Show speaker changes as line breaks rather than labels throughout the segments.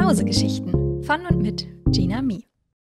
Mausegeschichten von und mit Gina Mie.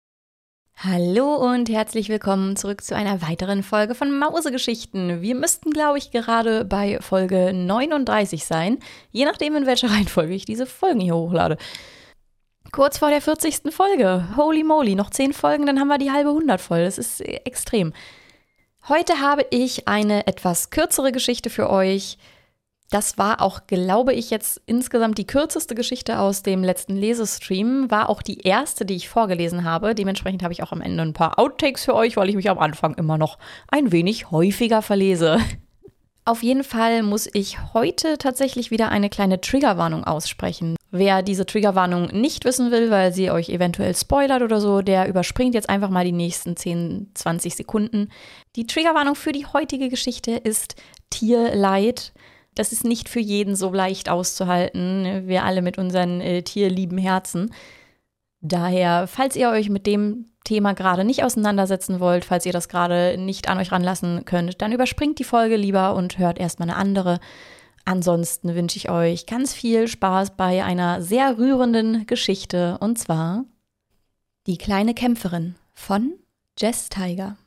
Hallo und herzlich willkommen zurück zu einer weiteren Folge von Mausegeschichten. Wir müssten, glaube ich, gerade bei Folge 39 sein, je nachdem, in welcher Reihenfolge ich diese Folgen hier hochlade. Kurz vor der 40. Folge. Holy moly, noch 10 Folgen, dann haben wir die halbe 100 voll. Das ist extrem. Heute habe ich eine etwas kürzere Geschichte für euch. Das war auch, glaube ich, jetzt insgesamt die kürzeste Geschichte aus dem letzten Lesestream. War auch die erste, die ich vorgelesen habe. Dementsprechend habe ich auch am Ende ein paar Outtakes für euch, weil ich mich am Anfang immer noch ein wenig häufiger verlese. Auf jeden Fall muss ich heute tatsächlich wieder eine kleine Triggerwarnung aussprechen. Wer diese Triggerwarnung nicht wissen will, weil sie euch eventuell spoilert oder so, der überspringt jetzt einfach mal die nächsten 10, 20 Sekunden. Die Triggerwarnung für die heutige Geschichte ist Tierleid. Das ist nicht für jeden so leicht auszuhalten, wir alle mit unseren tierlieben Herzen. Daher, falls ihr euch mit dem Thema gerade nicht auseinandersetzen wollt, falls ihr das gerade nicht an euch ranlassen könnt, dann überspringt die Folge lieber und hört erstmal eine andere. Ansonsten wünsche ich euch ganz viel Spaß bei einer sehr rührenden Geschichte, und zwar Die kleine Kämpferin von Jess Tiger.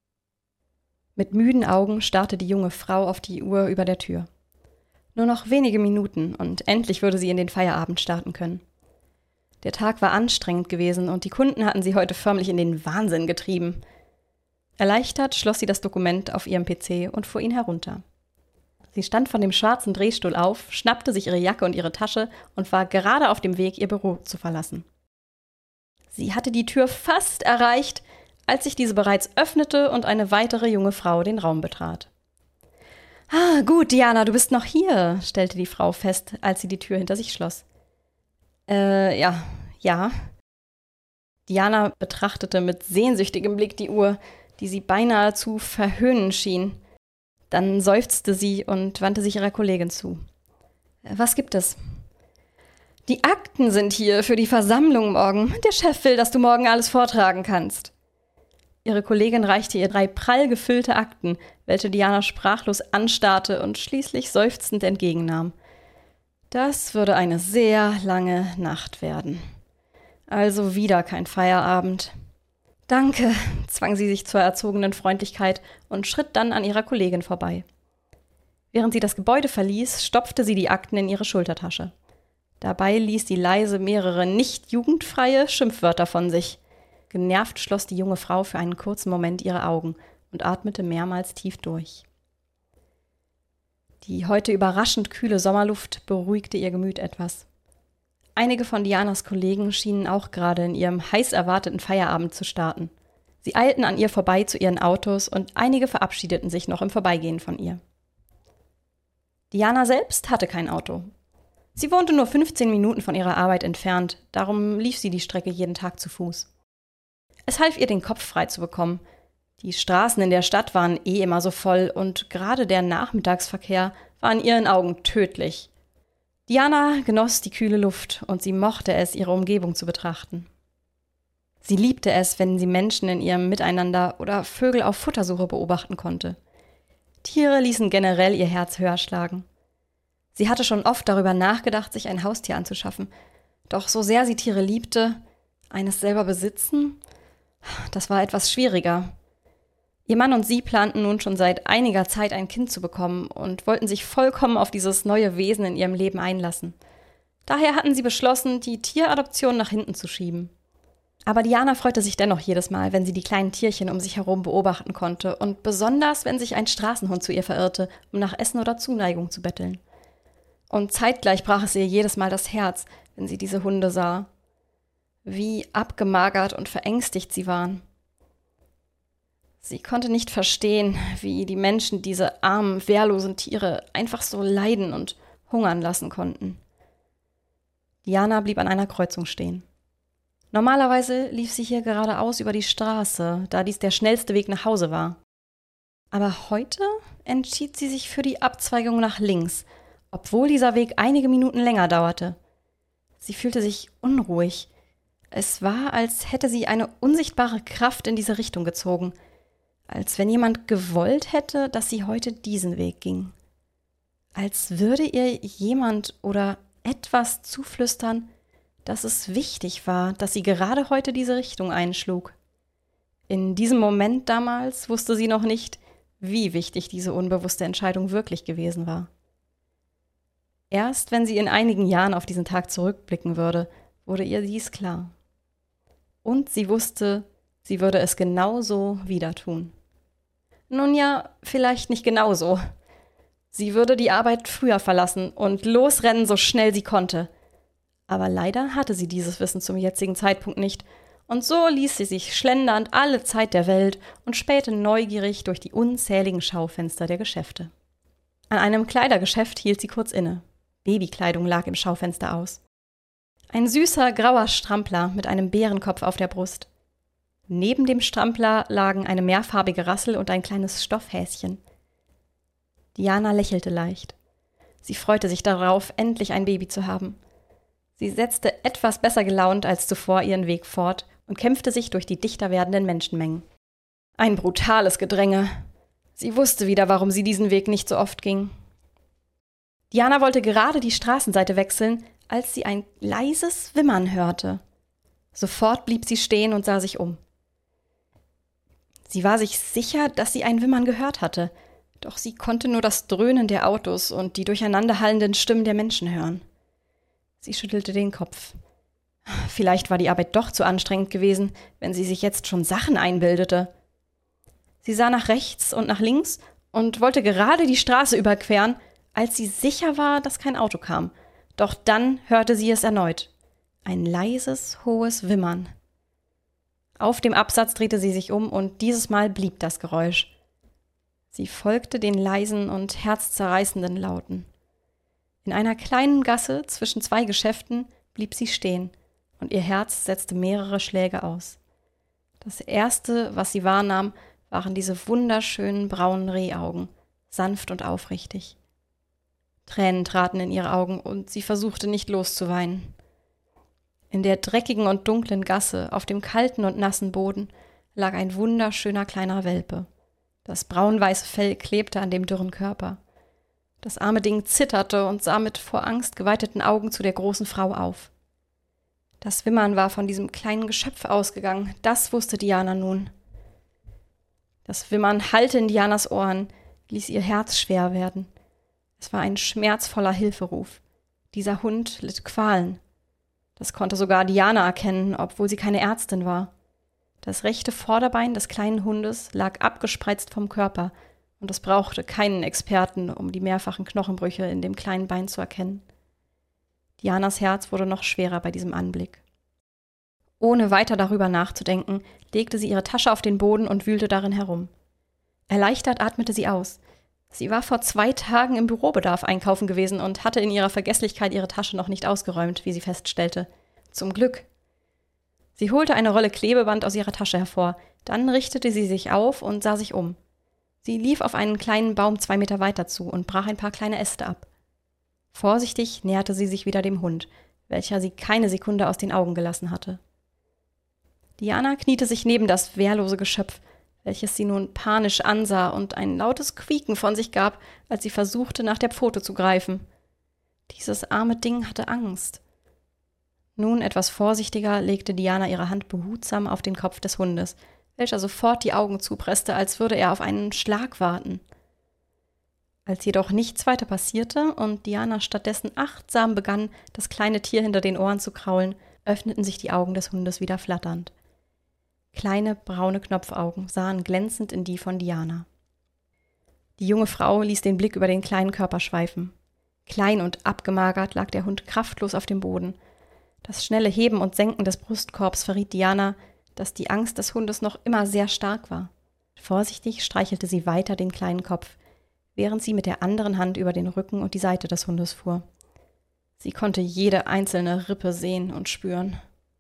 Mit müden Augen starrte die junge Frau auf die Uhr über der Tür. Nur noch wenige Minuten und endlich würde sie in den Feierabend starten können. Der Tag war anstrengend gewesen und die Kunden hatten sie heute förmlich in den Wahnsinn getrieben. Erleichtert schloss sie das Dokument auf ihrem PC und fuhr ihn herunter. Sie stand von dem schwarzen Drehstuhl auf, schnappte sich ihre Jacke und ihre Tasche und war gerade auf dem Weg, ihr Büro zu verlassen. Sie hatte die Tür fast erreicht, als sich diese bereits öffnete und eine weitere junge Frau den Raum betrat. »Ah, gut, Diana, du bist noch hier«, stellte die Frau fest, als sie die Tür hinter sich schloss. Ja. Diana betrachtete mit sehnsüchtigem Blick die Uhr, die sie beinahe zu verhöhnen schien. Dann seufzte sie und wandte sich ihrer Kollegin zu. »Was gibt es?« »Die Akten sind hier für die Versammlung morgen. Der Chef will, dass du morgen alles vortragen kannst.« Ihre Kollegin reichte ihr 3 prall gefüllte Akten, welche Diana sprachlos anstarrte und schließlich seufzend entgegennahm. Das würde eine sehr lange Nacht werden. Also wieder kein Feierabend. »Danke«, zwang sie sich zur erzogenen Freundlichkeit und schritt dann an ihrer Kollegin vorbei. Während sie das Gebäude verließ, stopfte sie die Akten in ihre Schultertasche. Dabei ließ sie leise mehrere nicht jugendfreie Schimpfwörter von sich. Genervt schloss die junge Frau für einen kurzen Moment ihre Augen und atmete mehrmals tief durch. Die heute überraschend kühle Sommerluft beruhigte ihr Gemüt etwas. Einige von Dianas Kollegen schienen auch gerade in ihrem heiß erwarteten Feierabend zu starten. Sie eilten an ihr vorbei zu ihren Autos und einige verabschiedeten sich noch im Vorbeigehen von ihr. Diana selbst hatte kein Auto. Sie wohnte nur 15 Minuten von ihrer Arbeit entfernt, darum lief sie die Strecke jeden Tag zu Fuß. Es half ihr, den Kopf frei zu bekommen. Die Straßen in der Stadt waren immer so voll und gerade der Nachmittagsverkehr war in ihren Augen tödlich. Diana genoss die kühle Luft und sie mochte es, ihre Umgebung zu betrachten. Sie liebte es, wenn sie Menschen in ihrem Miteinander oder Vögel auf Futtersuche beobachten konnte. Tiere ließen generell ihr Herz höher schlagen. Sie hatte schon oft darüber nachgedacht, sich ein Haustier anzuschaffen. Doch so sehr sie Tiere liebte, eines selber besitzen, das war etwas schwieriger. Ihr Mann und sie planten nun schon seit einiger Zeit ein Kind zu bekommen und wollten sich vollkommen auf dieses neue Wesen in ihrem Leben einlassen. Daher hatten sie beschlossen, die Tieradoption nach hinten zu schieben. Aber Diana freute sich dennoch jedes Mal, wenn sie die kleinen Tierchen um sich herum beobachten konnte und besonders, wenn sich ein Straßenhund zu ihr verirrte, um nach Essen oder Zuneigung zu betteln. Und zeitgleich brach es ihr jedes Mal das Herz, wenn sie diese Hunde sah. Wie abgemagert und verängstigt sie waren. Sie konnte nicht verstehen, wie die Menschen diese armen, wehrlosen Tiere einfach so leiden und hungern lassen konnten. Diana blieb an einer Kreuzung stehen. Normalerweise lief sie hier geradeaus über die Straße, da dies der schnellste Weg nach Hause war. Aber heute entschied sie sich für die Abzweigung nach links, obwohl dieser Weg einige Minuten länger dauerte. Sie fühlte sich unruhig. Es war, als hätte sie eine unsichtbare Kraft in diese Richtung gezogen, als wenn jemand gewollt hätte, dass sie heute diesen Weg ging. Als würde ihr jemand oder etwas zuflüstern, dass es wichtig war, dass sie gerade heute diese Richtung einschlug. In diesem Moment damals wusste sie noch nicht, wie wichtig diese unbewusste Entscheidung wirklich gewesen war. Erst wenn sie in einigen Jahren auf diesen Tag zurückblicken würde, wurde ihr dies klar. Und sie wusste, sie würde es genauso wieder tun. Nun ja, vielleicht nicht genauso. Sie würde die Arbeit früher verlassen und losrennen, so schnell sie konnte. Aber leider hatte sie dieses Wissen zum jetzigen Zeitpunkt nicht, und so ließ sie sich schlendernd alle Zeit der Welt und spähte neugierig durch die unzähligen Schaufenster der Geschäfte. An einem Kleidergeschäft hielt sie kurz inne. Babykleidung lag im Schaufenster aus. Ein süßer, grauer Strampler mit einem Bärenkopf auf der Brust. Neben dem Strampler lagen eine mehrfarbige Rassel und ein kleines Stoffhäschen. Diana lächelte leicht. Sie freute sich darauf, endlich ein Baby zu haben. Sie setzte etwas besser gelaunt als zuvor ihren Weg fort und kämpfte sich durch die dichter werdenden Menschenmengen. Ein brutales Gedränge. Sie wusste wieder, warum sie diesen Weg nicht so oft ging. Diana wollte gerade die Straßenseite wechseln, als sie ein leises Wimmern hörte. Sofort blieb sie stehen und sah sich um. Sie war sich sicher, dass sie ein Wimmern gehört hatte, doch sie konnte nur das Dröhnen der Autos und die durcheinanderhallenden Stimmen der Menschen hören. Sie schüttelte den Kopf. Vielleicht war die Arbeit doch zu anstrengend gewesen, wenn sie sich jetzt schon Sachen einbildete. Sie sah nach rechts und nach links und wollte gerade die Straße überqueren, als sie sicher war, dass kein Auto kam. Doch dann hörte sie es erneut. Ein leises, hohes Wimmern. Auf dem Absatz drehte sie sich um und dieses Mal blieb das Geräusch. Sie folgte den leisen und herzzerreißenden Lauten. In einer kleinen Gasse zwischen zwei Geschäften blieb sie stehen und ihr Herz setzte mehrere Schläge aus. Das Erste, was sie wahrnahm, waren diese wunderschönen braunen Rehaugen, sanft und aufrichtig. Tränen traten in ihre Augen und sie versuchte nicht loszuweinen. In der dreckigen und dunklen Gasse, auf dem kalten und nassen Boden, lag ein wunderschöner kleiner Welpe. Das braun-weiße Fell klebte an dem dürren Körper. Das arme Ding zitterte und sah mit vor Angst geweiteten Augen zu der großen Frau auf. Das Wimmern war von diesem kleinen Geschöpf ausgegangen, das wusste Diana nun. Das Wimmern hallte in Dianas Ohren, ließ ihr Herz schwer werden. Es war ein schmerzvoller Hilferuf. Dieser Hund litt Qualen. Das konnte sogar Diana erkennen, obwohl sie keine Ärztin war. Das rechte Vorderbein des kleinen Hundes lag abgespreizt vom Körper, und es brauchte keinen Experten, um die mehrfachen Knochenbrüche in dem kleinen Bein zu erkennen. Dianas Herz wurde noch schwerer bei diesem Anblick. Ohne weiter darüber nachzudenken, legte sie ihre Tasche auf den Boden und wühlte darin herum. Erleichtert atmete sie aus. Sie war vor 2 Tagen im Bürobedarf einkaufen gewesen und hatte in ihrer Vergesslichkeit ihre Tasche noch nicht ausgeräumt, wie sie feststellte. Zum Glück. Sie holte eine Rolle Klebeband aus ihrer Tasche hervor, dann richtete sie sich auf und sah sich um. Sie lief auf einen kleinen Baum 2 Meter weiter zu und brach ein paar kleine Äste ab. Vorsichtig näherte sie sich wieder dem Hund, welcher sie keine Sekunde aus den Augen gelassen hatte. Diana kniete sich neben das wehrlose Geschöpf, welches sie nun panisch ansah und ein lautes Quieken von sich gab, als sie versuchte, nach der Pfote zu greifen. Dieses arme Ding hatte Angst. Nun etwas vorsichtiger legte Diana ihre Hand behutsam auf den Kopf des Hundes, welcher sofort die Augen zupresste, als würde er auf einen Schlag warten. Als jedoch nichts weiter passierte und Diana stattdessen achtsam begann, das kleine Tier hinter den Ohren zu kraulen, öffneten sich die Augen des Hundes wieder flatternd. Kleine, braune Knopfaugen sahen glänzend in die von Diana. Die junge Frau ließ den Blick über den kleinen Körper schweifen. Klein und abgemagert lag der Hund kraftlos auf dem Boden. Das schnelle Heben und Senken des Brustkorbs verriet Diana, dass die Angst des Hundes noch immer sehr stark war. Vorsichtig streichelte sie weiter den kleinen Kopf, während sie mit der anderen Hand über den Rücken und die Seite des Hundes fuhr. Sie konnte jede einzelne Rippe sehen und spüren.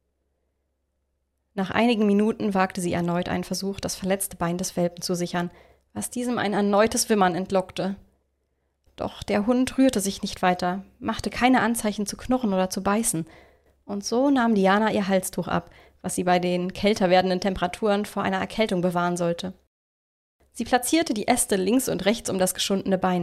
Nach einigen Minuten wagte sie erneut einen Versuch, das verletzte Bein des Welpen zu sichern, was diesem ein erneutes Wimmern entlockte. Doch der Hund rührte sich nicht weiter, machte keine Anzeichen zu knurren oder zu beißen, und so nahm Diana ihr Halstuch ab, was sie bei den kälter werdenden Temperaturen vor einer Erkältung bewahren sollte. Sie platzierte die Äste links und rechts um das geschundene Bein,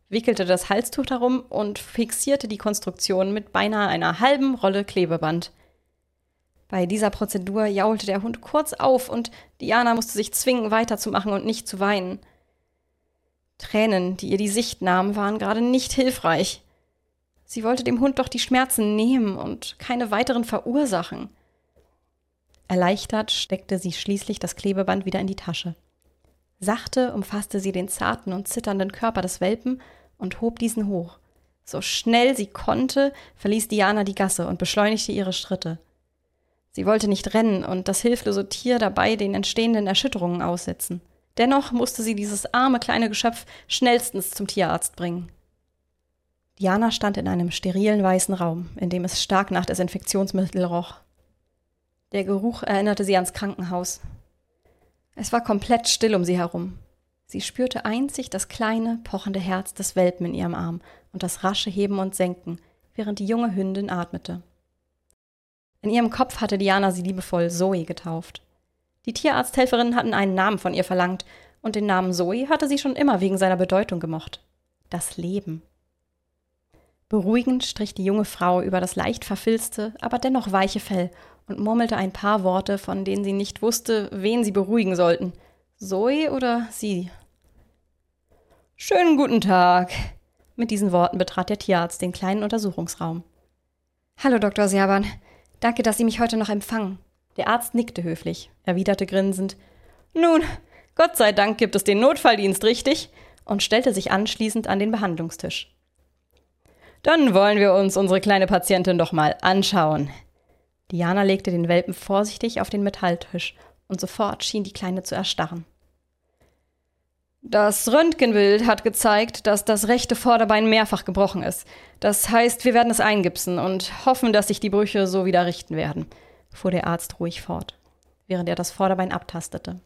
wickelte das Halstuch darum und fixierte die Konstruktion mit beinahe einer halben Rolle Klebeband. Bei dieser Prozedur jaulte der Hund kurz auf und Diana musste sich zwingen, weiterzumachen und nicht zu weinen. Tränen, die ihr die Sicht nahmen, waren gerade nicht hilfreich. Sie wollte dem Hund doch die Schmerzen nehmen und keine weiteren verursachen. Erleichtert steckte sie schließlich das Klebeband wieder in die Tasche. Sachte umfasste sie den zarten und zitternden Körper des Welpen und hob diesen hoch. So schnell sie konnte, verließ Diana die Gasse und beschleunigte ihre Schritte. Sie wollte nicht rennen und das hilflose Tier dabei den entstehenden Erschütterungen aussetzen. Dennoch musste sie dieses arme kleine Geschöpf schnellstens zum Tierarzt bringen. Diana stand in einem sterilen weißen Raum, in dem es stark nach Desinfektionsmittel roch. Der Geruch erinnerte sie ans Krankenhaus. Es war komplett still um sie herum. Sie spürte einzig das kleine, pochende Herz des Welpen in ihrem Arm und das rasche Heben und Senken, während die junge Hündin atmete. In ihrem Kopf hatte Diana sie liebevoll Zoe getauft. Die Tierarzthelferinnen hatten einen Namen von ihr verlangt, und den Namen Zoe hatte sie schon immer wegen seiner Bedeutung gemocht. Das Leben. Beruhigend strich die junge Frau über das leicht verfilzte, aber dennoch weiche Fell und murmelte ein paar Worte, von denen sie nicht wusste, wen sie beruhigen sollten. Zoe oder sie? »Schönen guten Tag!« Mit diesen Worten betrat der Tierarzt den kleinen Untersuchungsraum. »Hallo, Dr. Serban. Danke, dass Sie mich heute noch empfangen.« Der Arzt nickte höflich, erwiderte grinsend. »Nun, Gott sei Dank gibt es den Notfalldienst, richtig?« und stellte sich anschließend an den Behandlungstisch. »Dann wollen wir uns unsere kleine Patientin doch mal anschauen.« Diana legte den Welpen vorsichtig auf den Metalltisch und sofort schien die Kleine zu erstarren. »Das Röntgenbild hat gezeigt, dass das rechte Vorderbein mehrfach gebrochen ist. Das heißt, wir werden es eingipsen und hoffen, dass sich die Brüche so wieder richten werden«, fuhr der Arzt ruhig fort, während er das Vorderbein abtastete.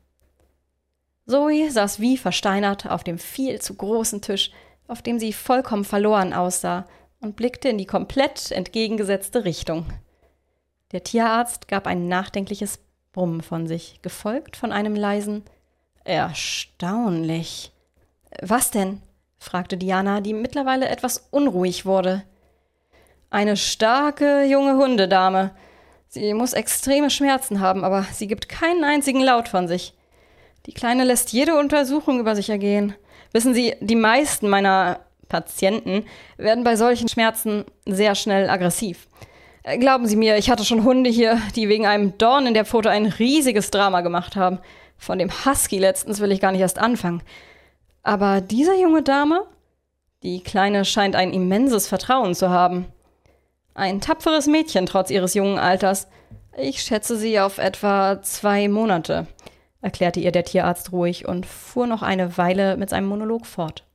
Zoe saß wie versteinert auf dem viel zu großen Tisch, auf dem sie vollkommen verloren aussah, und blickte in die komplett entgegengesetzte Richtung. Der Tierarzt gab ein nachdenkliches Brummen von sich, gefolgt von einem leisen »Erstaunlich.« »Was denn?« fragte Diana, die mittlerweile etwas unruhig wurde. »Eine starke, junge Hundedame. Sie muss extreme Schmerzen haben, aber sie gibt keinen einzigen Laut von sich. Die Kleine lässt jede Untersuchung über sich ergehen. Wissen Sie, die meisten meiner Patienten werden bei solchen Schmerzen sehr schnell aggressiv. Glauben Sie mir, ich hatte schon Hunde hier, die wegen einem Dorn in der Pfote ein riesiges Drama gemacht haben. Von dem Husky letztens will ich gar nicht erst anfangen. Aber diese junge Dame, die Kleine scheint ein immenses Vertrauen zu haben. Ein tapferes Mädchen trotz ihres jungen Alters. Ich schätze sie auf etwa 2 Monate«, erklärte ihr der Tierarzt ruhig und fuhr noch eine Weile mit seinem Monolog fort.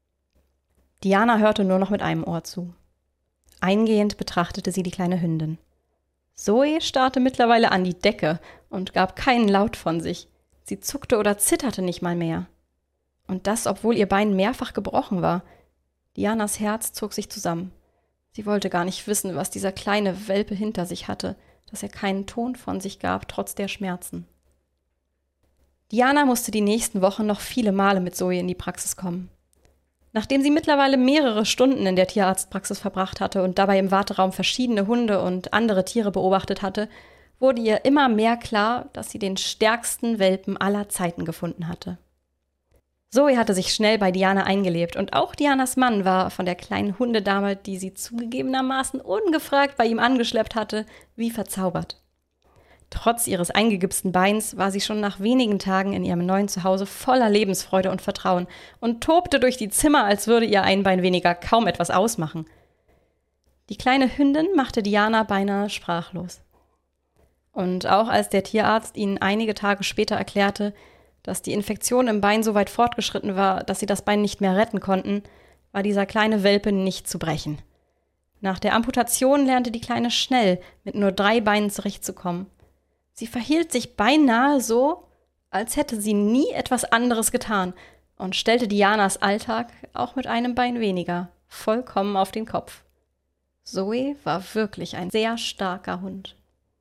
Diana hörte nur noch mit einem Ohr zu. Eingehend betrachtete sie die kleine Hündin. Zoe starrte mittlerweile an die Decke und gab keinen Laut von sich. Sie zuckte oder zitterte nicht mal mehr. Und das, obwohl ihr Bein mehrfach gebrochen war. Dianas Herz zog sich zusammen. Sie wollte gar nicht wissen, was dieser kleine Welpe hinter sich hatte, dass er keinen Ton von sich gab, trotz der Schmerzen. Diana musste die nächsten Wochen noch viele Male mit Zoe in die Praxis kommen. Nachdem sie mittlerweile mehrere Stunden in der Tierarztpraxis verbracht hatte und dabei im Warteraum verschiedene Hunde und andere Tiere beobachtet hatte, wurde ihr immer mehr klar, dass sie den stärksten Welpen aller Zeiten gefunden hatte. Zoe hatte sich schnell bei Diana eingelebt und auch Dianas Mann war von der kleinen Hundedame, die sie zugegebenermaßen ungefragt bei ihm angeschleppt hatte, wie verzaubert. Trotz ihres eingegipsten Beins war sie schon nach wenigen Tagen in ihrem neuen Zuhause voller Lebensfreude und Vertrauen und tobte durch die Zimmer, als würde ihr ein Bein weniger kaum etwas ausmachen. Die kleine Hündin machte Diana beinahe sprachlos. Und auch als der Tierarzt ihnen einige Tage später erklärte, dass die Infektion im Bein so weit fortgeschritten war, dass sie das Bein nicht mehr retten konnten, war dieser kleine Welpe nicht zu brechen. Nach der Amputation lernte die Kleine schnell, mit nur 3 Beinen zurechtzukommen. Sie verhielt sich beinahe so, als hätte sie nie etwas anderes getan und stellte Dianas Alltag auch mit einem Bein weniger vollkommen auf den Kopf. Zoe war wirklich ein sehr starker Hund.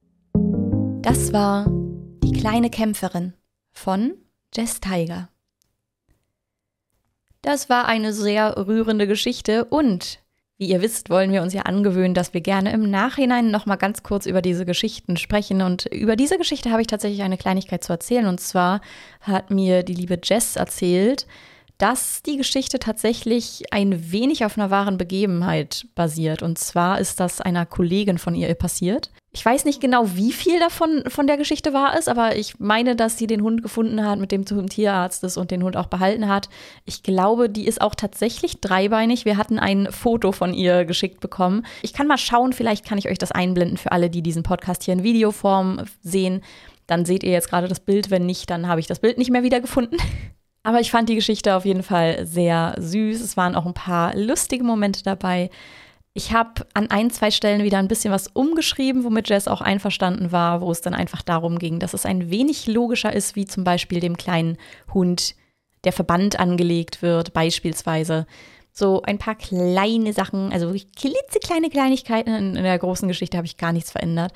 Das war Die kleine Kämpferin von Jess Tiger.
Das war eine sehr rührende Geschichte und wie ihr wisst, wollen wir uns ja angewöhnen, dass wir gerne im Nachhinein nochmal ganz kurz über diese Geschichten sprechen. Und über diese Geschichte habe ich tatsächlich eine Kleinigkeit zu erzählen. Und zwar hat mir die liebe Jess erzählt, dass die Geschichte tatsächlich ein wenig auf einer wahren Begebenheit basiert. Und zwar ist das einer Kollegin von ihr passiert. Ich weiß nicht genau, wie viel davon von der Geschichte wahr ist, aber ich meine, dass sie den Hund gefunden hat, mit dem zum Tierarzt ist und den Hund auch behalten hat. Ich glaube, die ist auch tatsächlich dreibeinig. Wir hatten ein Foto von ihr geschickt bekommen. Ich kann mal schauen, vielleicht kann ich euch das einblenden für alle, die diesen Podcast hier in Videoform sehen. Dann seht ihr jetzt gerade das Bild. Wenn nicht, dann habe ich das Bild nicht mehr wiedergefunden. Aber ich fand die Geschichte auf jeden Fall sehr süß. Es waren auch ein paar lustige Momente dabei. Ich habe an 1-2 Stellen wieder ein bisschen was umgeschrieben, womit Jess auch einverstanden war, wo es dann einfach darum ging, dass es ein wenig logischer ist, wie zum Beispiel dem kleinen Hund der Verband angelegt wird, beispielsweise. So ein paar kleine Sachen, also wirklich klitzekleine Kleinigkeiten. In der großen Geschichte habe ich gar nichts verändert.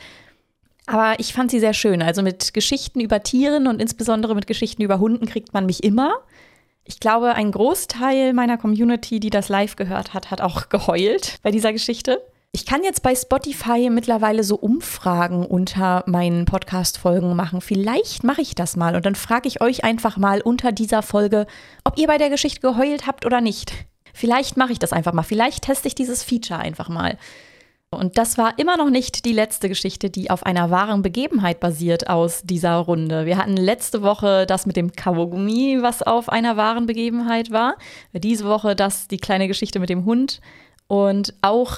Aber ich fand sie sehr schön. Also mit Geschichten über Tieren und insbesondere mit Geschichten über Hunden kriegt man mich immer. Ich glaube, ein Großteil meiner Community, die das live gehört hat, hat auch geheult bei dieser Geschichte. Ich kann jetzt bei Spotify mittlerweile so Umfragen unter meinen Podcast-Folgen machen. Vielleicht mache ich das mal und dann frage ich euch einfach mal unter dieser Folge, ob ihr bei der Geschichte geheult habt oder nicht. Vielleicht mache ich das einfach mal. Vielleicht teste ich dieses Feature einfach mal. Und das war immer noch nicht die letzte Geschichte, die auf einer wahren Begebenheit basiert aus dieser Runde. Wir hatten letzte Woche das mit dem Kaugummi, was auf einer wahren Begebenheit war. Diese Woche die kleine Geschichte mit dem Hund. Und auch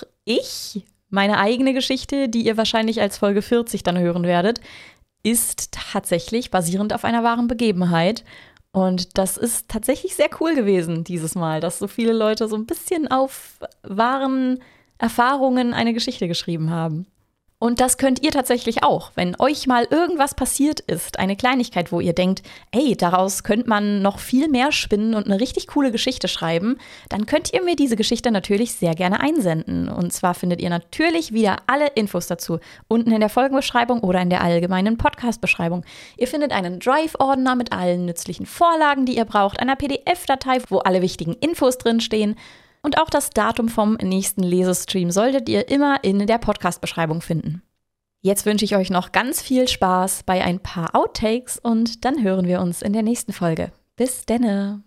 meine eigene Geschichte, die ihr wahrscheinlich als Folge 40 dann hören werdet, ist tatsächlich basierend auf einer wahren Begebenheit. Und das ist tatsächlich sehr cool gewesen dieses Mal, dass so viele Leute so ein bisschen auf wahren Erfahrungen eine Geschichte geschrieben haben. Und das könnt ihr tatsächlich auch, wenn euch mal irgendwas passiert ist, eine Kleinigkeit, wo ihr denkt, ey, daraus könnte man noch viel mehr spinnen und eine richtig coole Geschichte schreiben, dann könnt ihr mir diese Geschichte natürlich sehr gerne einsenden. Und zwar findet ihr natürlich wieder alle Infos dazu unten in der Folgenbeschreibung oder in der allgemeinen Podcast-Beschreibung. Ihr findet einen Drive-Ordner mit allen nützlichen Vorlagen, die ihr braucht, einer PDF-Datei, wo alle wichtigen Infos drinstehen. Und auch das Datum vom nächsten Lesestream solltet ihr immer in der Podcast-Beschreibung finden. Jetzt wünsche ich euch noch ganz viel Spaß bei ein paar Outtakes und dann hören wir uns in der nächsten Folge. Bis denne!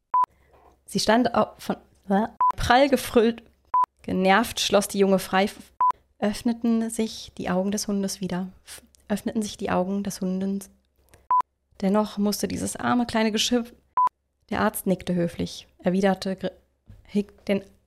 Sie stand von prall gefrüllt. Genervt schloss die Junge frei. Öffneten sich die Augen des Hundes wieder. Öffneten sich die Augen des Hundes. Dennoch musste dieses arme kleine Geschöpf. Der Arzt nickte höflich, erwiderte den